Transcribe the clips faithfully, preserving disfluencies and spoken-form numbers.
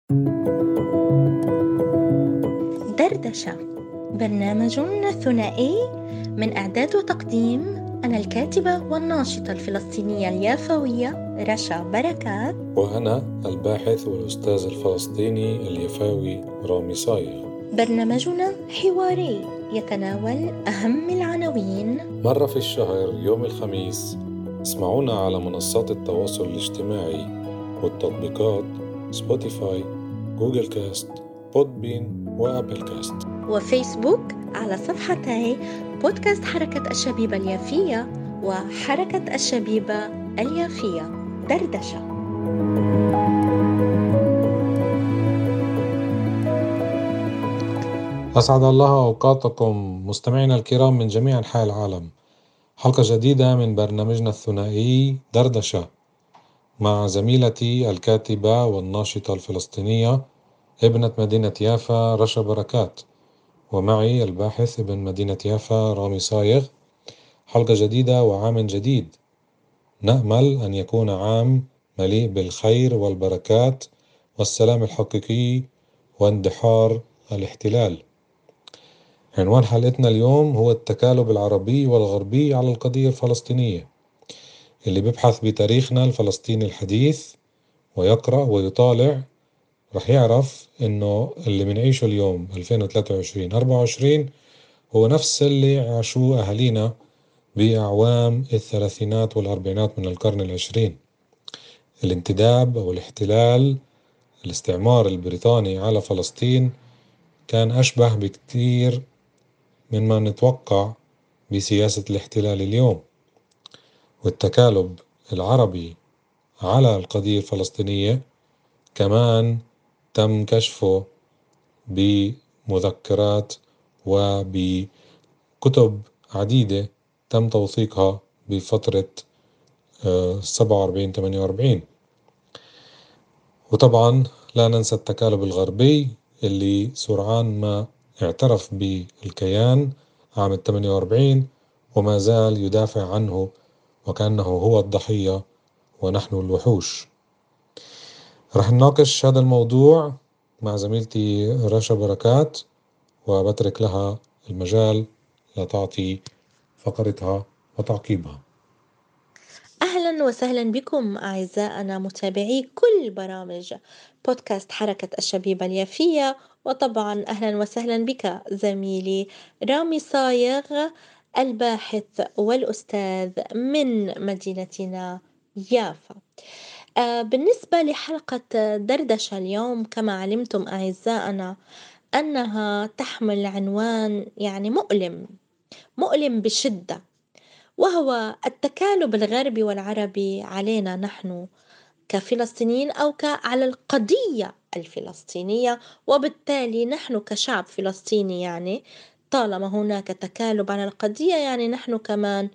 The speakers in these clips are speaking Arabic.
دردشة، برنامج ثنائي من إعداد وتقديم أنا الكاتبة والناشطة الفلسطينية اليافوية رشا بركات، وأنا الباحث والأستاذ الفلسطيني اليافاوي رامي صايغ. برنامجنا حواري يتناول أهم العناوين. مرة في الشهر يوم الخميس اسمعونا على منصات التواصل الاجتماعي والتطبيقات سبوتيفاي، جوجل كاست، بودبين وآبل كاست، وفيسبوك على صفحتي بودكاست حركة الشبيبة اليافية وحركة الشبيبة اليافية. دردشة. أسعد الله أوقاتكم مستمعينا الكرام من جميع أنحاء العالم. حلقة جديدة من برنامجنا الثنائي دردشة مع زميلتي الكاتبة والناشطة الفلسطينية ابنة مدينة يافا رشا بركات، ومعي الباحث ابن مدينة يافا رامي صايغ. حلقة جديدة وعام جديد، نأمل أن يكون عام مليء بالخير والبركات والسلام الحقيقي واندحار الاحتلال. عنوان حلقتنا اليوم هو التكالب العربي والغربي على القضية الفلسطينية. اللي بيبحث بتاريخنا الفلسطيني الحديث ويقرأ ويطالع رح يعرف إنه اللي بنعيشه اليوم ألفين وثلاثة وعشرين أربعة وعشرين هو نفس اللي عاشوه أهالينا بأعوام الثلاثينات والأربعينات من القرن العشرين. الانتداب أو الاحتلال، الاستعمار البريطاني على فلسطين كان أشبه بكتير من ما نتوقع بسياسة الاحتلال اليوم. والتكالب العربي على القضية الفلسطينية كمان تم كشفه بمذكرات وبكتب عديدة تم توثيقها بفترة سبعة وأربعين ثمانية وأربعين. وطبعا لا ننسى التكالب الغربي اللي سرعان ما اعترف بالكيان عام ثمانية وأربعين وما زال يدافع عنه وكأنه هو الضحية ونحن الوحوش. رح نناقش هذا الموضوع مع زميلتي رشا بركات، وبترك لها المجال لتعطي فقرتها وتعقيبها. أهلا وسهلا بكم أعزائنا متابعي كل برامج بودكاست حركة الشبيبة اليافية، وطبعا أهلا وسهلا بك زميلي رامي صايغ الباحث والأستاذ من مدينتنا يافا. آه بالنسبة لحلقة دردشة اليوم كما علمتم أعزائنا أنها تحمل عنوان يعني مؤلم مؤلم بشدة، وهو التكالب الغربي والعربي علينا نحن كفلسطينيين أو على القضية الفلسطينية، وبالتالي نحن كشعب فلسطيني يعني طالما هناك تكالب على القضية يعني نحن كمان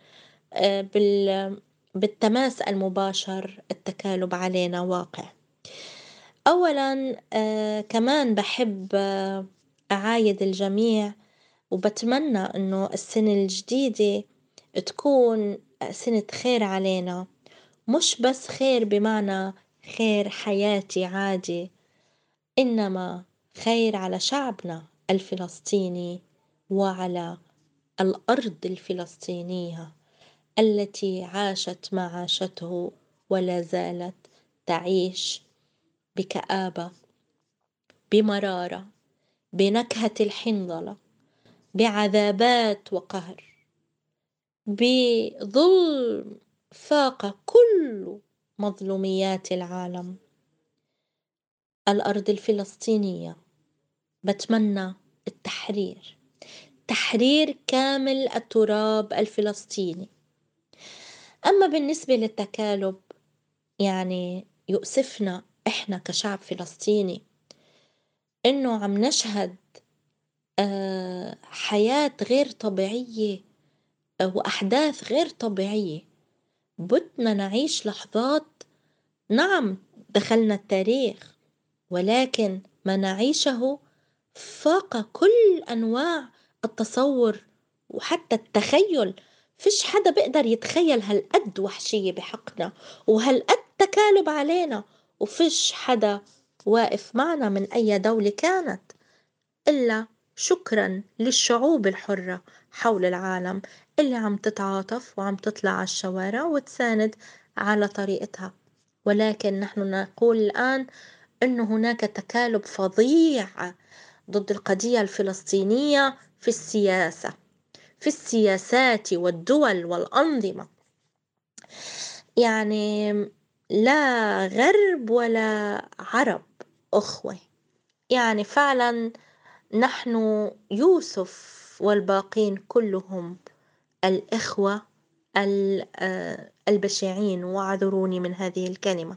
بالتماس المباشر التكالب علينا واقع. أولا كمان بحب أعايد الجميع وبتمنى أنه السنة الجديدة تكون سنة خير علينا، مش بس خير بمعنى خير حياتي عادي، إنما خير على شعبنا الفلسطيني وعلى الأرض الفلسطينية التي عاشت ما عاشته ولا زالت تعيش بكآبة، بمرارة، بنكهة الحنظلة، بعذابات وقهر، بظلم فاق كل مظلوميات العالم. الأرض الفلسطينية بتمنى التحرير، تحرير كامل التراب الفلسطيني. أما بالنسبة للتكالب يعني يؤسفنا إحنا كشعب فلسطيني إنه عم نشهد آه حياة غير طبيعية وأحداث غير طبيعية. بدنا نعيش لحظات، نعم دخلنا التاريخ، ولكن ما نعيشه فاق كل أنواع التصور وحتى التخيل. فيش حدا بيقدر يتخيل هالقد وحشية بحقنا وهالقد تكالب علينا، وفيش حدا واقف معنا من أي دولة كانت، إلا شكرا للشعوب الحرة حول العالم اللي عم تتعاطف وعم تطلع على الشوارع وتساند على طريقتها. ولكن نحن نقول الآن أن هناك تكالب فظيع ضد القضية الفلسطينية في السياسة، في السياسات والدول والأنظمة، يعني لا غرب ولا عرب أخوة. يعني فعلا نحن يوسف والباقين كلهم الإخوة البشعين، واعذروني من هذه الكلمة.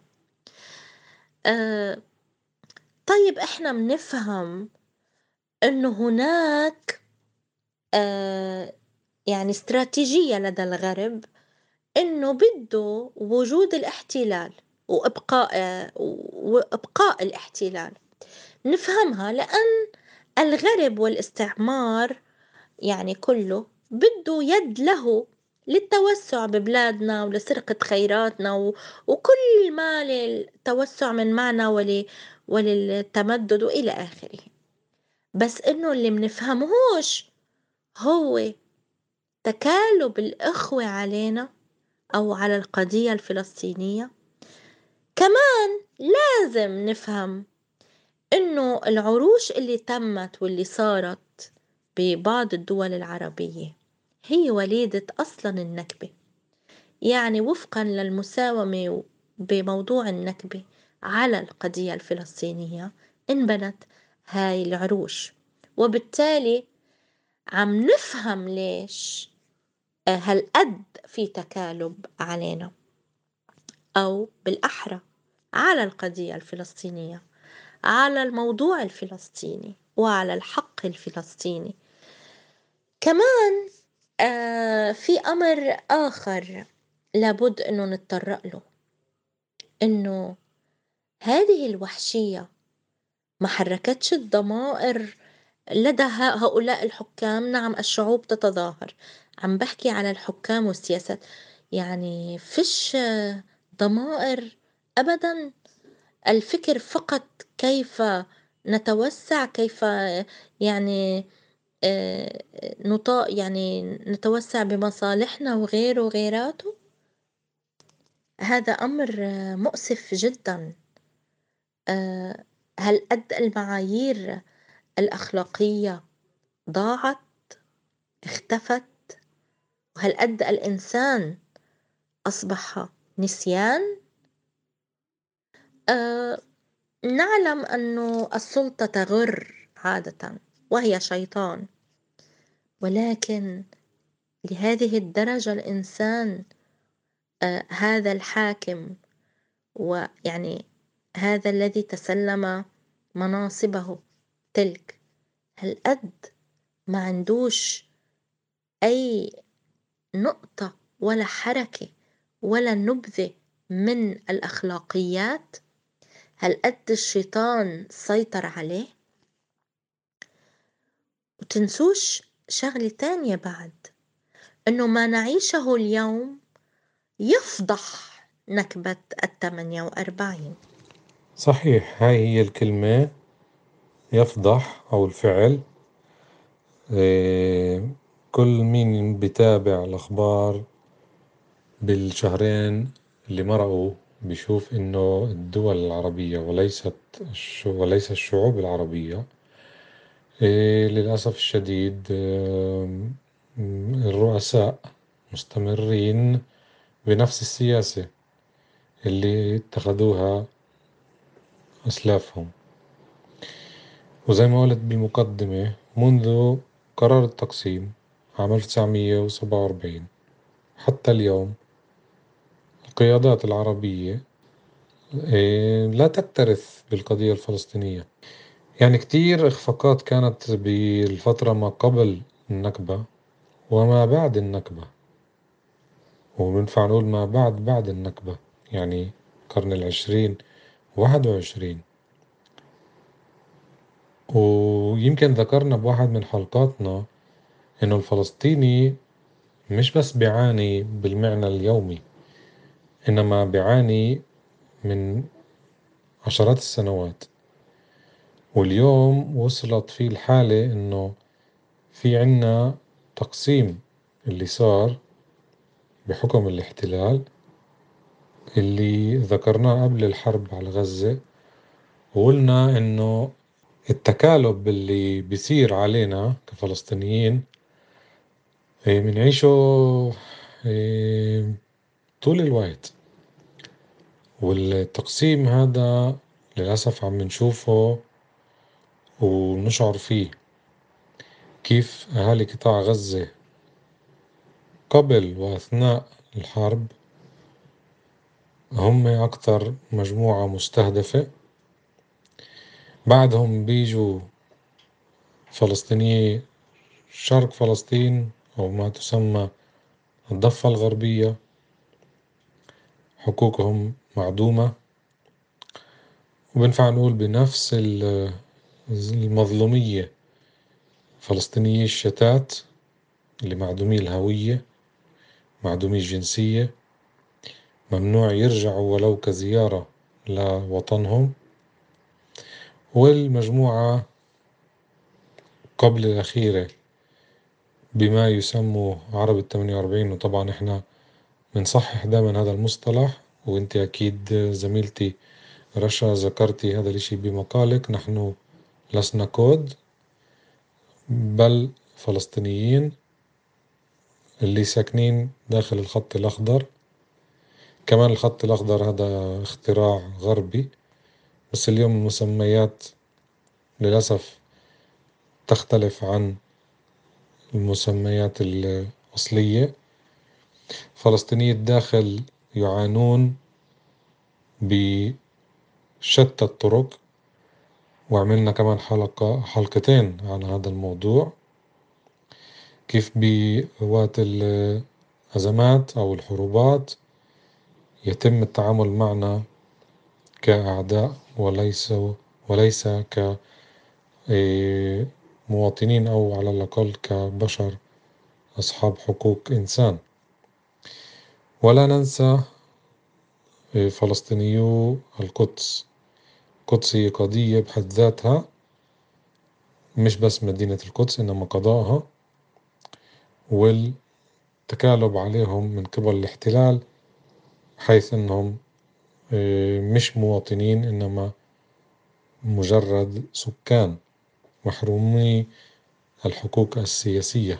طيب إحنا بنفهم أنه هناك يعني استراتيجية لدى الغرب إنه بده وجود الاحتلال وإبقاء وإبقاء الاحتلال. نفهمها لأن الغرب والاستعمار يعني كله بده يد له للتوسع ببلادنا ولسرقة خيراتنا و... وكل ما للتوسع من معنا ول... وللتمدد وإلى آخره. بس إنه اللي منفهمهوش هو تكالب الإخوة علينا أو على القضية الفلسطينية. كمان لازم نفهم إنه العروش اللي تمت واللي صارت ببعض الدول العربية هي وليدة أصلا النكبة. يعني وفقا للمساومة بموضوع النكبة على القضية الفلسطينية انبنت هاي العروش، وبالتالي عم نفهم ليش هالقد في تكالب علينا، أو بالأحرى على القضية الفلسطينية، على الموضوع الفلسطيني وعلى الحق الفلسطيني. كمان آه في أمر آخر لابد أنه نتطرق له، أنه هذه الوحشية ما حركتش الضمائر لدى هؤلاء الحكام. نعم الشعوب تتظاهر، عم بحكي على الحكام والسياسات، يعني فيش ضمائر أبدا. الفكر فقط كيف نتوسع، كيف يعني نطاق يعني نتوسع بمصالحنا وغيره وغيراته. هذا أمر مؤسف جدا. هل قد المعايير الأخلاقية ضاعت، اختفت؟ وهل قد الإنسان أصبح نسيان؟ أه نعلم أن السلطة تغر عادة وهي شيطان، ولكن لهذه الدرجة الإنسان أه هذا الحاكم، ويعني هذا الذي تسلم مناصبه تلك، هل قد ما عندوش أي نقطة ولا حركة ولا نبذة من الأخلاقيات؟ هل قد الشيطان سيطر عليه؟ وتنسوش شغلة تانية بعد، أنه ما نعيشه اليوم يفضح نكبة الثمانية وأربعين. صحيح، هاي هي الكلمة، يفضح أو الفعل. إيه كل مين بيتابع الأخبار بالشهرين اللي مرقوا بيشوف إنه الدول العربية وليست الشو وليس الشعوب العربية إيه للأسف الشديد إيه الرؤساء مستمرين بنفس السياسة اللي اتخذوها أسلافهم. وزي ما قلت بالمقدمة، منذ قرار التقسيم عام ألف وتسعمية وسبعة وأربعين حتى اليوم القيادات العربية لا تكترث بالقضية الفلسطينية. يعني كتير إخفاقات كانت بالفترة ما قبل النكبة وما بعد النكبة، وبنفع نقول ما بعد بعد النكبة، يعني القرن العشرين واحد وعشرين. ويمكن ذكرنا بواحد من حلقاتنا إنه الفلسطيني مش بس بيعاني بالمعنى اليومي، إنما بيعاني من عشرات السنوات واليوم وصلت فيه الحالة إنه في عنا تقسيم اللي صار بحكم الاحتلال اللي ذكرناه قبل الحرب على غزة، وقلنا إنه التكالب اللي بيصير علينا كفلسطينيين بنعيشه طول الوقت، والتقسيم هذا للأسف عم نشوفه ونشعر فيه، كيف أهالي قطاع غزة قبل وأثناء الحرب هم أكتر مجموعة مستهدفة. بعدهم بيجوا فلسطينيي شرق فلسطين أو ما تسمى الضفة الغربية، حقوقهم معدومة، وبنفع نقول بنفس المظلومية فلسطينيي الشتات اللي معدومي الهوية، معدومي الجنسية، ممنوع يرجعوا ولو كزيارة لوطنهم. والمجموعة قبل الأخيرة بما يسموا عرب الثمانية وأربعين، وطبعا احنا بنصحح دائما هذا المصطلح، وانت أكيد زميلتي رشا ذكرتي هذا الاشي بمقالك، نحن لسنا كود بل فلسطينيين اللي ساكنين داخل الخط الأخضر. كمان الخط الأخضر هذا اختراع غربي، بس اليوم المسميات للأسف تختلف عن المسميات الأصلية. فلسطيني الداخل يعانون بشتى الطرق، وعملنا كمان حلقة حلقتين على هذا الموضوع، كيف بوقت الأزمات أو الحروبات يتم التعامل معنا كأعداء وليس وليس كمواطنين أو على الأقل كبشر أصحاب حقوق إنسان. ولا ننسى فلسطينيو القدس. القدس هي قضية بحد ذاتها، مش بس مدينة القدس إنما قضاءها والتكالب عليهم من قبل الاحتلال، حيث إنهم مش مواطنين إنما مجرد سكان محرومي الحقوق السياسية.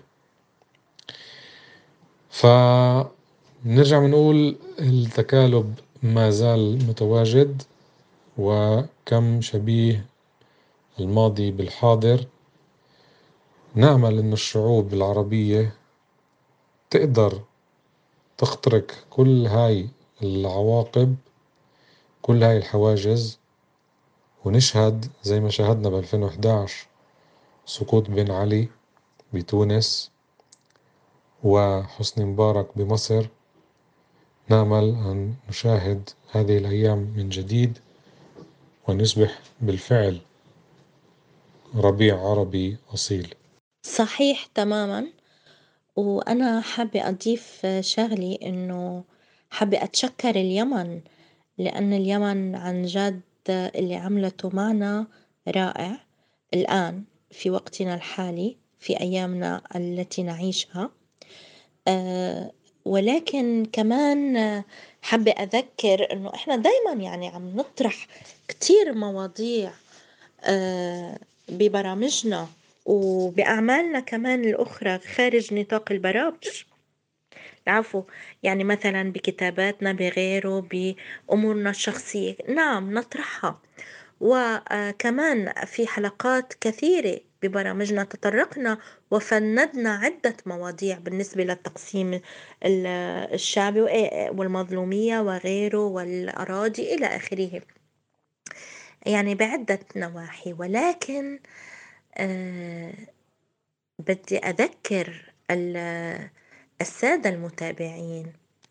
فنرجع بنقول التكالب ما زال متواجد، وكم شبيه الماضي بالحاضر. نأمل إن الشعوب العربية تقدر تخترق كل هاي العواقب، كل هاي الحواجز، ونشهد زي ما شاهدنا ب ألفين وإحدى عشر سقوط بن علي بتونس وحسني مبارك بمصر. نأمل أن نشاهد هذه الأيام من جديد ونصبح بالفعل ربيع عربي أصيل. صحيح تماما. وأنا حابة أضيف شغلي إنه حابة أتشكر اليمن، لأن اليمن عن جد اللي عملته معنا رائع الآن في وقتنا الحالي في أيامنا التي نعيشها. أه ولكن كمان حابة أذكر إنه إحنا دايما يعني عم نطرح كتير مواضيع أه ببرامجنا وبأعمالنا كمان الأخرى خارج نطاق البرامج. العفو، يعني مثلا بكتاباتنا بغيره بأمورنا الشخصية، نعم نطرحها. وكمان في حلقات كثيرة ببرامجنا تطرقنا وفندنا عدة مواضيع بالنسبة للتقسيم الشعبي والمظلومية وغيره والأراضي إلى آخره، يعني بعدة نواحي. ولكن آه بدي أذكر السادة المتابعين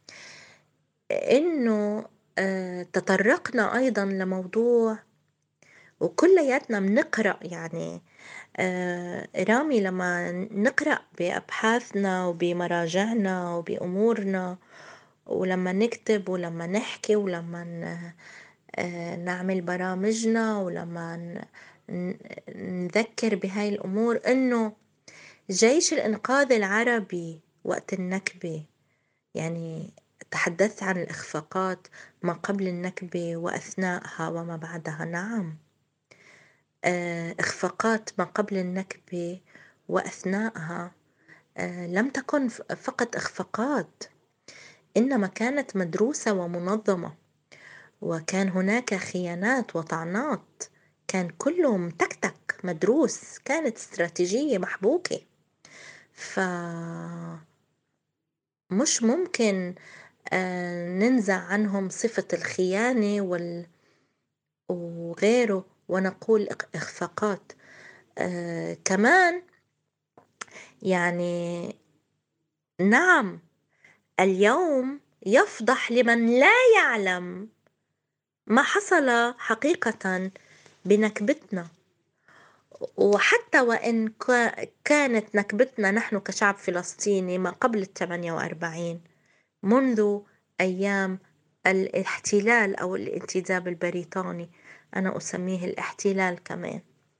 إنه آه تطرقنا أيضا لموضوع وكلياتنا بنقرأ، يعني آه رامي لما نقرأ بأبحاثنا وبمراجعنا وبأمورنا ولما نكتب ولما نحكي ولما آه نعمل برامجنا ولما نذكر بهاي الأمور إنه جيش الإنقاذ العربي وقت النكبة، يعني تحدثت عن الإخفاقات ما قبل النكبة وأثناءها وما بعدها. نعم، إخفاقات ما قبل النكبة وأثناءها لم تكن فقط إخفاقات، إنما كانت مدروسة ومنظمة، وكان هناك خيانات وطعنات، كان كله متكتك مدروس، كانت استراتيجية محبوكة. فمش ممكن ننزع عنهم صفة الخيانة وال... وغيره ونقول إخفاقات. آه كمان يعني نعم، اليوم يفضح لمن لا يعلم ما حصل حقيقة بنكبتنا. وحتى وإن كانت نكبتنا نحن كشعب فلسطيني ما قبل الثمانية وأربعين، منذ أيام الاحتلال أو الانتداب البريطاني، أنا أسميه الاحتلال كمان.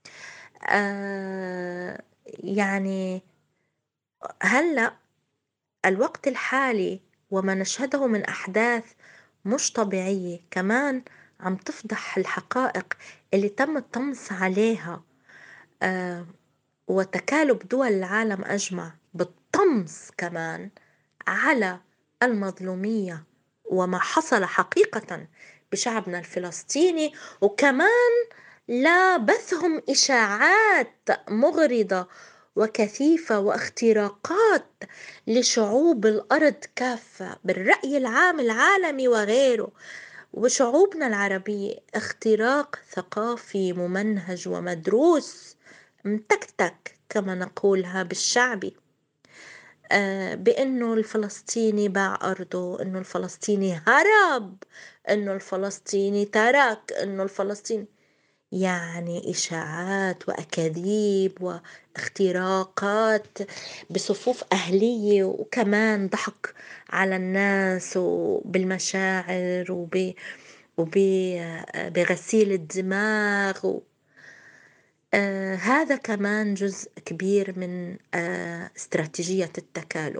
آه يعني هلأ الوقت الحالي وما نشهده من أحداث مش طبيعية كمان عم تفضح الحقائق اللي تم الطمس عليها، آه وتكالب دول العالم أجمع بالطمس كمان على المظلومية وما حصل حقيقة بشعبنا الفلسطيني، وكمان لا بثهم إشاعات مغرضة وكثيفة واختراقات لشعوب الأرض كافة بالرأي العام العالمي وغيره، وشعوبنا العربية اختراق ثقافي ممنهج ومدروس متكتك كما نقولها بالشعبي، آه بأنه الفلسطيني باع أرضه، أنه الفلسطيني هرب، أنه الفلسطيني ترك، أنه الفلسطيني، يعني إشاعات وأكاذيب واختراقات بصفوف أهلية، وكمان ضحك على الناس وبالمشاعر وب وبغسيل الدماغ و... آه هذا كمان جزء كبير من آه استراتيجية التكالب.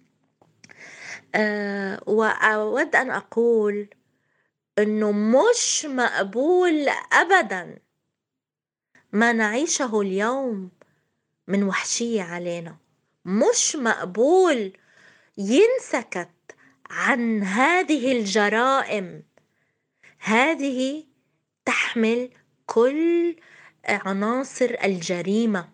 آه وأود أن أقول أنه مش مقبول أبدا ما نعيشه اليوم من وحشية علينا، مش مقبول ينسكت عن هذه الجرائم. هذه تحمل كل عناصر الجريمة،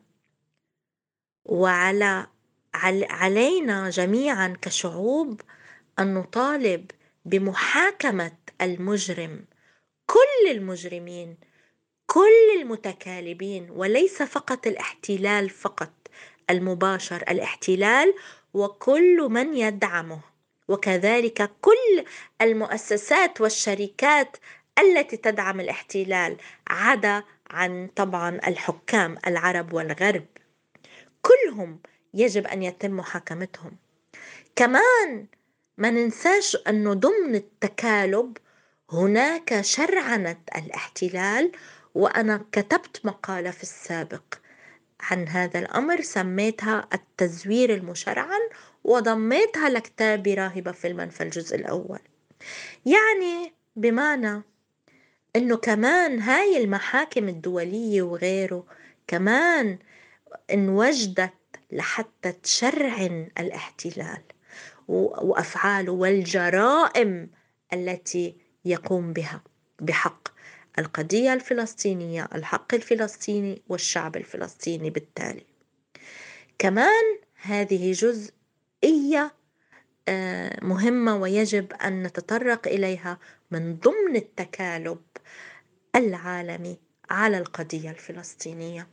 وعلى علينا جميعا كشعوب أن نطالب بمحاكمة المجرم، كل المجرمين، كل المتكالبين، وليس فقط الاحتلال فقط المباشر، الاحتلال وكل من يدعمه، وكذلك كل المؤسسات والشركات التي تدعم الاحتلال، عدا عن طبعا الحكام العرب والغرب، كلهم يجب أن يتم محاكمتهم. كمان ما ننساش أنه ضمن التكالب هناك شرعنة الاحتلال، وأنا كتبت مقالة في السابق عن هذا الأمر سميتها التزوير المشرعن، وضميتها لكتابي راهبة في المنفى الجزء الأول. يعني بمعنى أنه كمان هاي المحاكم الدولية وغيره كمان انوجدت لحتى تشرعن الاحتلال وأفعاله والجرائم التي يقوم بها بحق القضية الفلسطينية، الحق الفلسطيني والشعب الفلسطيني. بالتالي كمان هذه جزئية مهمة ويجب أن نتطرق إليها من ضمن التكالب العالمي على القضية الفلسطينية.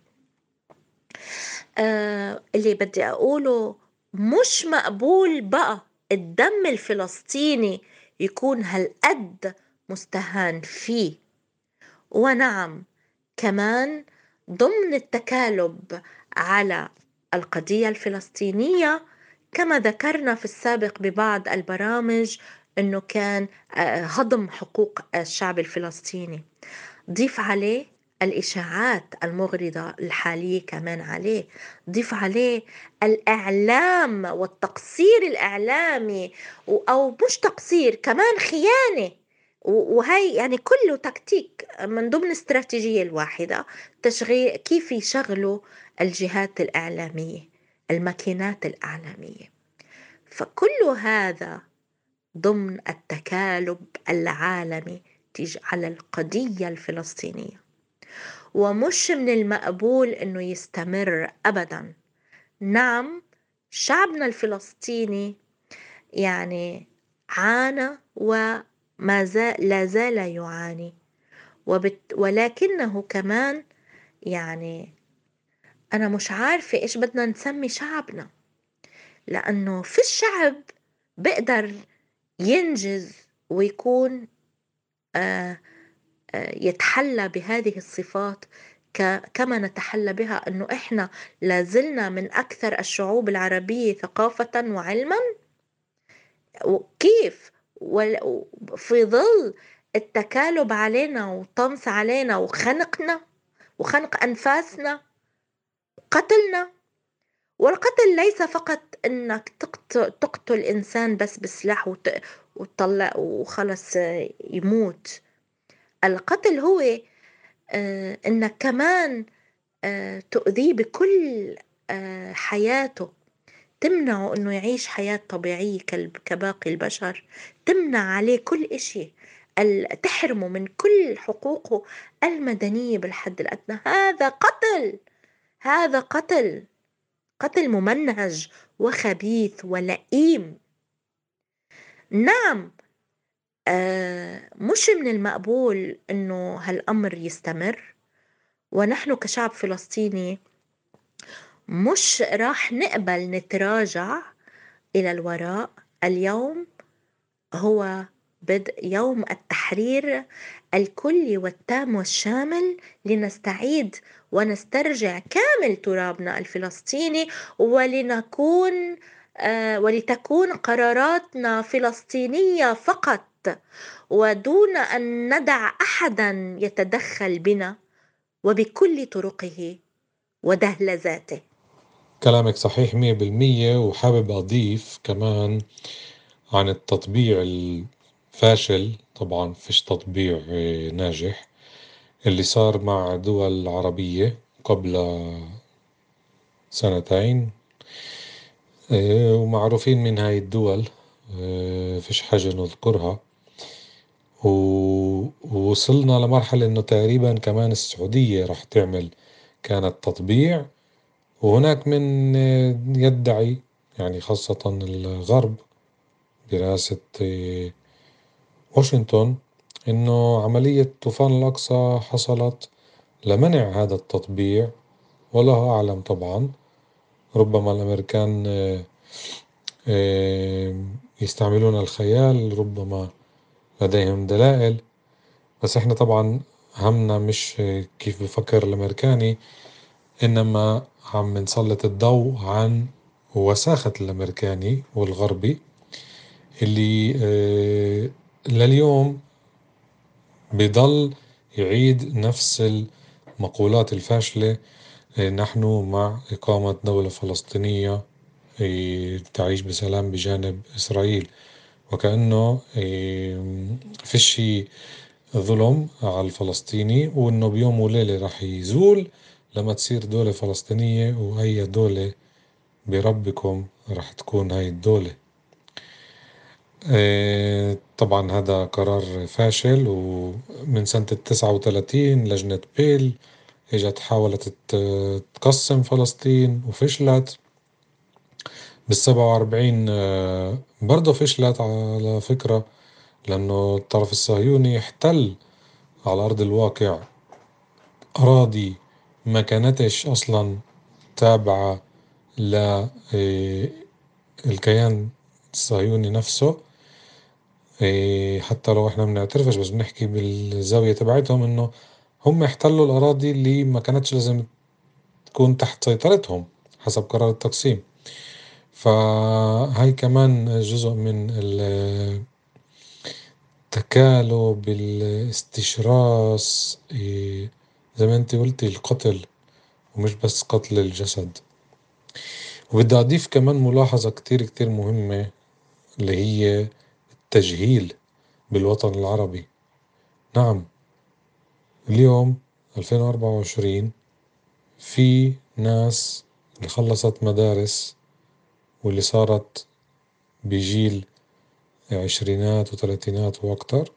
اللي بدي أقوله مش مقبول بقى الدم الفلسطيني يكون هالقد مستهان فيه. ونعم كمان ضمن التكالب على القضية الفلسطينية كما ذكرنا في السابق ببعض البرامج أنه كان هضم حقوق الشعب الفلسطيني، ضيف عليه الإشاعات المغرضة الحالية كمان عليه، ضيف عليه الإعلام والتقصير الإعلامي، أو مش تقصير، كمان خيانة. وهي يعني كله تكتيك من ضمن استراتيجية الواحدة، تشغيل كيف يشغلوا الجهات الإعلامية، الماكينات الإعلامية. فكل هذا ضمن التكالب العالمي على القضية الفلسطينية، ومش من المقبول إنه يستمر أبدا. نعم، شعبنا الفلسطيني يعني عانى وما زال لا زال يعاني، وبت ولكنه كمان يعني أنا مش عارفة إيش بدنا نسمي شعبنا، لأنه في الشعب بقدر ينجز ويكون آه يتحلى بهذه الصفات كما نتحلى بها، أنه إحنا لازلنا من أكثر الشعوب العربية ثقافة وعلما. وكيف في ظل التكالب علينا وطمس علينا وخنقنا وخنق أنفاسنا، قتلنا. والقتل ليس فقط أنك تقتل إنسان بس بسلاح وتطلع وخلص يموت. القتل هو آه انك كمان آه تؤذيه بكل آه حياته، تمنعه انه يعيش حياة طبيعية كباقي البشر، تمنع عليه كل اشي، تحرمه من كل حقوقه المدنية بالحد الأدنى. هذا قتل، هذا قتل، قتل ممنهج وخبيث ولئيم. نعم، آه مش من المقبول انه هالامر يستمر، ونحن كشعب فلسطيني مش راح نقبل نتراجع إلى الوراء. اليوم هو بدء يوم التحرير الكلي والتام والشامل، لنستعيد ونسترجع كامل ترابنا الفلسطيني، ولنكون آه ولتكون قراراتنا فلسطينية فقط، ودون أن ندع أحدا يتدخل بنا وبكل طرقه ودهلزاته. كلامك صحيح مية بالمية. وحابب أضيف كمان عن التطبيع الفاشل، طبعا فيش تطبيع ناجح، اللي صار مع دول عربية قبل سنتين، ومعروفين من هاي الدول، فيش حاجة نذكرها. ووصلنا لمرحلة إنه تقريبا كمان السعودية راح تعمل كانت تطبيع، وهناك من يدعي يعني خاصة الغرب برئاسة واشنطن إنه عملية طوفان الأقصى حصلت لمنع هذا التطبيع، والله أعلم. طبعا ربما الأمريكان يستعملون الخيال، ربما لديهم دلائل، بس إحنا طبعا همنا مش كيف بفكر الأمريكاني، إنما عم نسلط الضوء عن وساخة الأمريكاني والغربي اللي لليوم بيضل يعيد نفس المقولات الفاشلة. نحن مع إقامة دولة فلسطينية تعيش بسلام بجانب إسرائيل، وكأنه فيش ظلم على الفلسطيني، وإنه بيوم وليلة رح يزول لما تصير دولة فلسطينية، وأي دولة بربكم رح تكون هاي الدولة. طبعا هذا قرار فاشل، ومن سنة التسعة وثلاثين لجنة بيل اجت حاولت تقسم فلسطين وفشلت. بالسبعة وأربعين برضه فشلت على فكرة، لأنه الطرف الصهيوني احتل على أرض الواقع أراضي ما كانتش أصلا تابعة للكيان الصهيوني نفسه. حتى لو احنا بنعترفش، بس بنحكي بالزاوية تبعتهم انه هم احتلوا الأراضي اللي ما كانتش لازم تكون تحت سيطرتهم حسب قرار التقسيم. فهاي كمان جزء من التكالب، الاستشراس، زي ما انت قلتي القتل، ومش بس قتل الجسد. وبدي أضيف كمان ملاحظة كتير كتير مهمة، اللي هي التجهيل بالوطن العربي. نعم، اليوم ألفين وأربعة وعشرين في ناس اللي خلصت مدارس واللي صارت بجيل عشرينات وثلاثينات وأكتر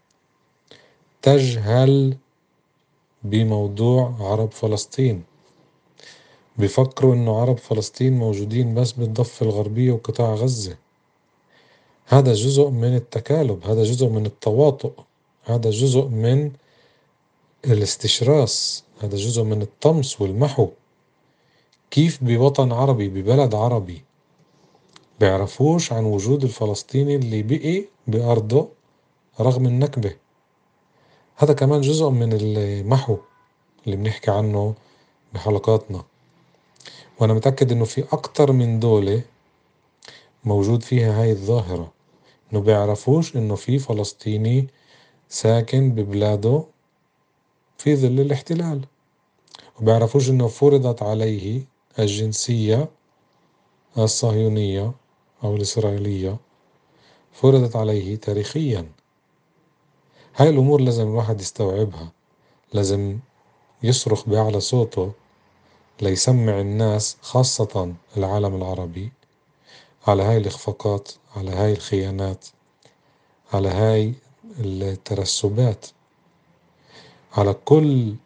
تجهل بموضوع عرب فلسطين. بيفكروا إنه عرب فلسطين موجودين بس بالضفة الغربية وقطاع غزة. هذا جزء من التكالب، هذا جزء من التواطؤ، هذا جزء من الاستشراس، هذا جزء من الطمس والمحو. كيف بوطن عربي ببلد عربي بيعرفوش عن وجود الفلسطيني اللي بقي بأرضه رغم النكبة؟ هذا كمان جزء من المحو اللي بنحكي عنه بحلقاتنا. وأنا متأكد إنه في أكتر من دولة موجود فيها هاي الظاهرة، إنه بيعرفوش إنه في فلسطيني ساكن ببلاده في ظل الاحتلال، وبيعرفوش إنه فرضت عليه الجنسية الصهيونية أو الإسرائيلية، فرضت عليه تاريخيا. هاي الأمور لازم الواحد يستوعبها، لازم يصرخ بأعلى صوته ليسمع الناس خاصة العالم العربي على هاي الإخفاقات، على هاي الخيانات، على هاي الترسبات، على كل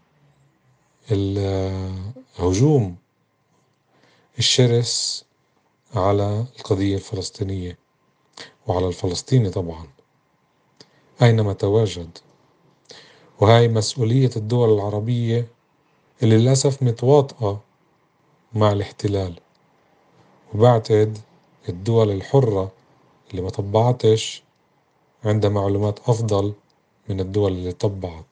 الهجوم الشرس على القضية الفلسطينية وعلى الفلسطيني طبعا أينما تواجد. وهاي مسؤولية الدول العربية اللي للأسف متواطئة مع الاحتلال. وبعتقد الدول الحرة اللي ما طبعتش عندها معلومات أفضل من الدول اللي طبعت.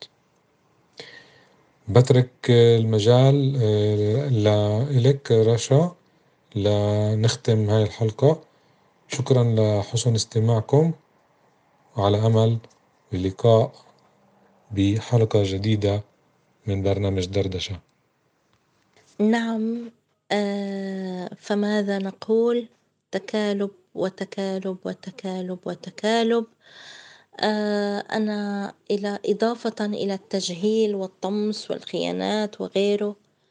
بترك المجال لإلك رشا لنختم هاي الحلقة. شكرا لحسن استماعكم، وعلى أمل اللقاء بحلقة جديدة من برنامج دردشة. نعم، آه فماذا نقول؟ تكالب وتكالب وتكالب وتكالب. آه أنا إلى إضافة إلى التجهيل والطمس والخيانات وغيره،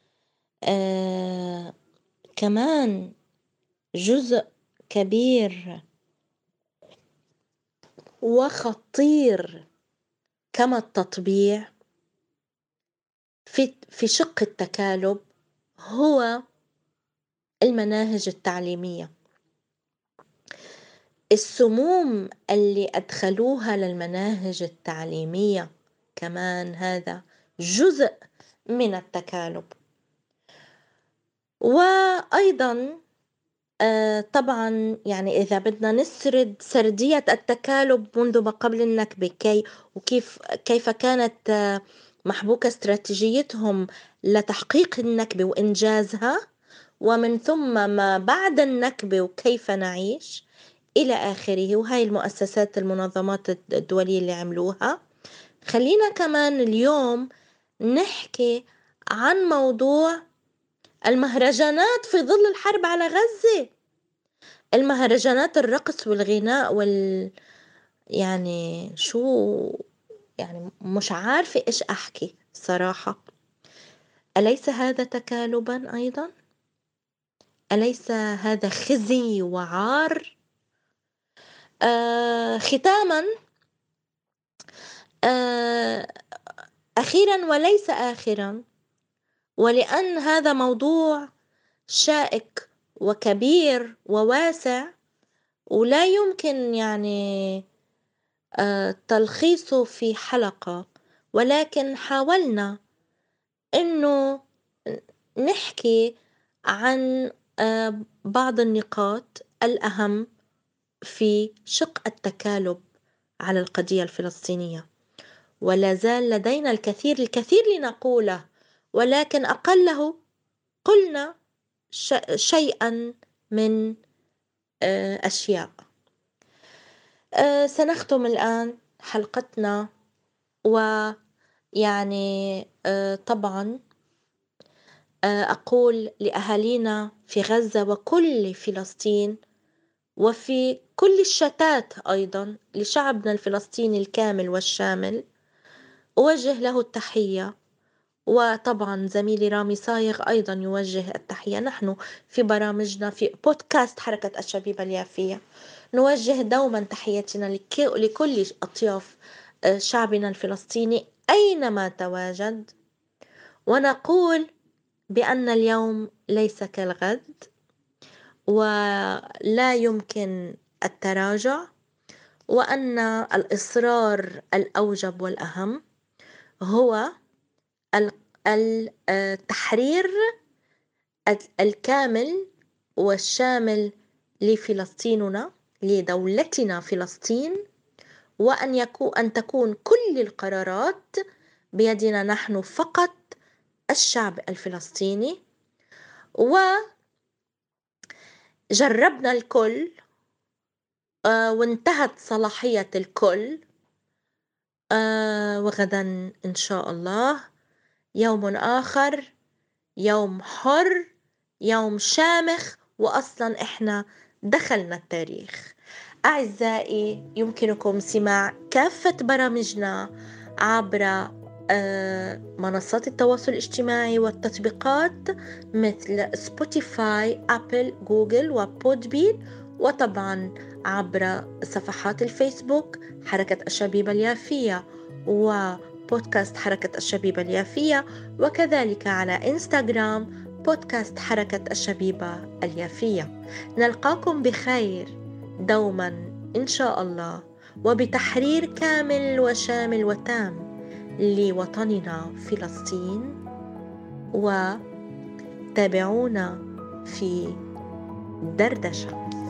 آه كمان جزء كبير وخطير كما التطبيع في في شق التكالب هو المناهج التعليمية. السموم اللي أدخلوها للمناهج التعليمية كمان هذا جزء من التكالب. وأيضا آه طبعا يعني إذا بدنا نسرد سردية التكالب منذ ما قبل النكبة، كي وكيف كيف كانت آه محبوكة استراتيجيتهم لتحقيق النكبة وإنجازها، ومن ثم ما بعد النكبة وكيف نعيش إلى آخره، وهاي المؤسسات المنظمات الدولية اللي عملوها. خلينا كمان اليوم نحكي عن موضوع المهرجانات في ظل الحرب على غزة. المهرجانات الرقص والغناء وال يعني شو يعني مش عارفة إيش أحكي صراحة. أليس هذا تكالبا أيضا؟ أليس هذا خزي وعار؟ آه ختاما، آه أخيرا وليس آخرا، ولأن هذا موضوع شائك وكبير وواسع ولا يمكن يعني آه تلخيصه في حلقة، ولكن حاولنا إنه نحكي عن آه بعض النقاط الأهم في شق التكالب على القضية الفلسطينية. ولا زال لدينا الكثير الكثير لنقوله، ولكن أقله قلنا شيئا من أشياء. سنختم الآن حلقتنا، و يعني آه، طبعا آه، أقول لأهالينا في غزة وكل فلسطين وفي كل الشتات أيضا لشعبنا الفلسطيني الكامل والشامل، أوجه له التحية. وطبعا زميلي رامي صايغ أيضا يوجه التحية. نحن في برامجنا في بودكاست حركة الشبيبة اليافية نوجه دوما تحياتنا لك- لكل أطياف آه، شعبنا الفلسطيني أينما تواجد، ونقول بأن اليوم ليس كالغد ولا يمكن التراجع، وأن الإصرار الأوجب والأهم هو ال- ال- التحرير الكامل والشامل لفلسطيننا، لدولتنا فلسطين، وأن يكون أن تكون كل القرارات بيدنا نحن فقط الشعب الفلسطيني. وجربنا الكل آه، وانتهت صلاحية الكل، آه، وغدا إن شاء الله يوم آخر، يوم حر، يوم شامخ، وأصلا إحنا دخلنا التاريخ. أعزائي، يمكنكم سماع كافة برامجنا عبر آه، منصات التواصل الاجتماعي والتطبيقات مثل سبوتيفاي، أبل، جوجل وبودبين، وطبعا عبر صفحات الفيسبوك حركة الشبيبة اليافية وبودكاست حركة الشبيبة اليافية، وكذلك على إنستغرام بودكاست حركة الشبيبة اليافية. نلقاكم بخير دوما إن شاء الله، وبتحرير كامل وشامل وتام لوطننا فلسطين. وتابعونا في دردشة.